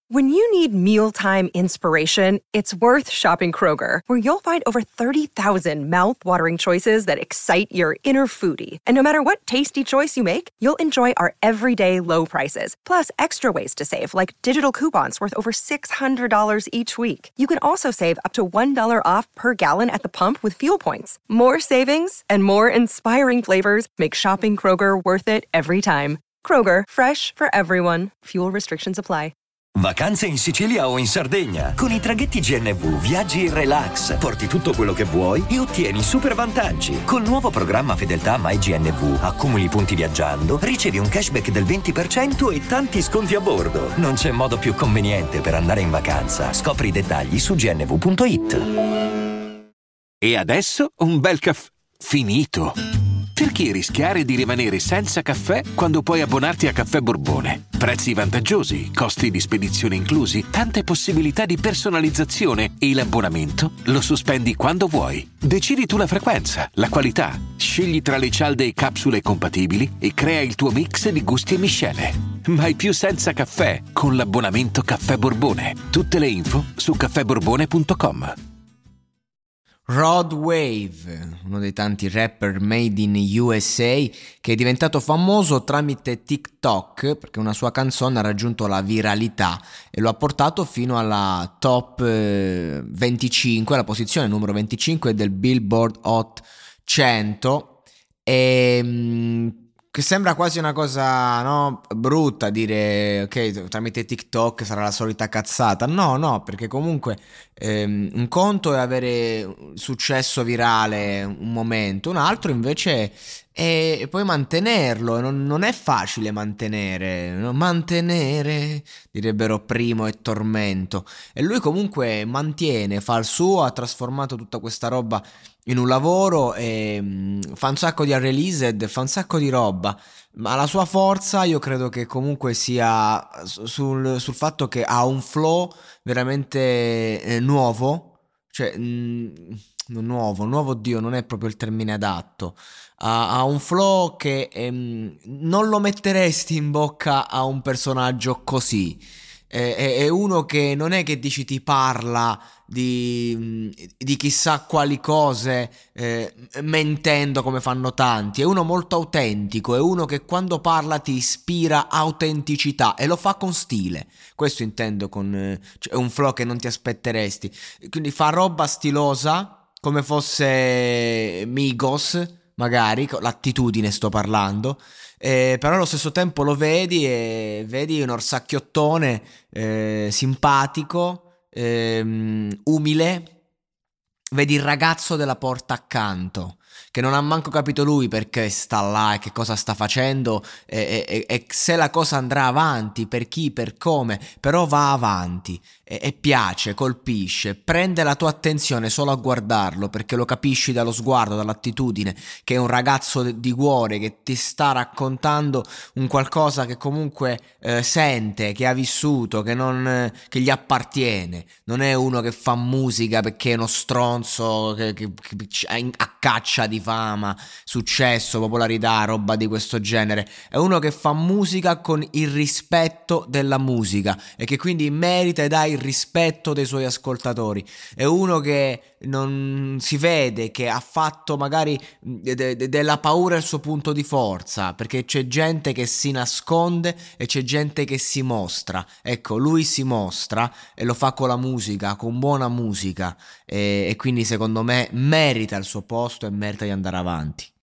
When you need mealtime inspiration, it's worth shopping Kroger, where you'll find over 30,000 mouth-watering choices that excite your inner foodie. And no matter what tasty choice you make, you'll enjoy our everyday low prices, plus extra ways to save, like digital coupons worth over $600 each week. You can also save up to $1 off per gallon at the pump with fuel points. More savings and more inspiring flavors make shopping Kroger worth it every time. Kroger, fresh for everyone. Fuel restrictions apply. Vacanze in Sicilia o in Sardegna. Con i traghetti GNV viaggi in relax, porti tutto quello che vuoi e ottieni super vantaggi. Col nuovo programma Fedeltà MyGNV accumuli punti viaggiando, ricevi un cashback del 20% e tanti sconti a bordo. Non c'è modo più conveniente per andare in vacanza. Scopri i dettagli su gnv.it. E adesso un bel caffè finito. Perché rischiare di rimanere senza caffè quando puoi abbonarti a Caffè Borbone? Prezzi vantaggiosi, costi di spedizione inclusi, tante possibilità di personalizzazione e l'abbonamento lo sospendi quando vuoi. Decidi tu la frequenza, la qualità, scegli tra le cialde e capsule compatibili e crea il tuo mix di gusti e miscele. Mai più senza caffè con l'abbonamento Caffè Borbone. Tutte le info su caffèborbone.com. Rod Wave, uno dei tanti rapper made in USA che è diventato famoso tramite TikTok perché una sua canzone ha raggiunto la viralità e lo ha portato fino alla top 25, alla posizione numero 25 del Billboard Hot 100 che sembra quasi una cosa, no, brutta dire ok, tramite TikTok sarà la solita cazzata. No, perché comunque un conto è avere successo virale un momento, un altro invece è poi mantenerlo. Non è facile mantenere, direbbero Primo e Tormento, e lui comunque mantiene, fa il suo, ha trasformato tutta questa roba in un lavoro e fa un sacco di unreleased, fa un sacco di roba, ma la sua forza io credo che comunque sia sul fatto che ha un flow veramente nuovo, cioè nuovo, Dio, non è proprio il termine adatto. Ha un flow che non lo metteresti in bocca a un personaggio così. È uno che non è che dici ti parla di chissà quali cose mentendo come fanno tanti. È uno molto autentico, è uno che quando parla ti ispira autenticità e lo fa con stile. Questo intendo con cioè, un flow che non ti aspetteresti. Quindi fa roba stilosa come fosse Migos, magari, l'attitudine sto parlando, però allo stesso tempo lo vedi e vedi un orsacchiottone simpatico, umile, vedi il ragazzo della porta accanto che non ha manco capito lui perché sta là e che cosa sta facendo e se la cosa andrà avanti, per chi, per come, però va avanti e piace, colpisce, prende la tua attenzione solo a guardarlo perché lo capisci dallo sguardo, dall'attitudine, che è un ragazzo di cuore che ti sta raccontando un qualcosa che comunque sente, che ha vissuto, che gli appartiene. Non è uno che fa musica perché è uno stronzo che a caccia di fama, successo, popolarità, roba di questo genere. È uno che fa musica con il rispetto della musica e che quindi merita ed ha il rispetto dei suoi ascoltatori. È uno che non si vede, che ha fatto magari della paura il suo punto di forza, perché c'è gente che si nasconde e c'è gente che si mostra. Ecco, lui si mostra e lo fa con la musica, con buona musica, e quindi secondo me merita il suo posto e merita di andare avanti.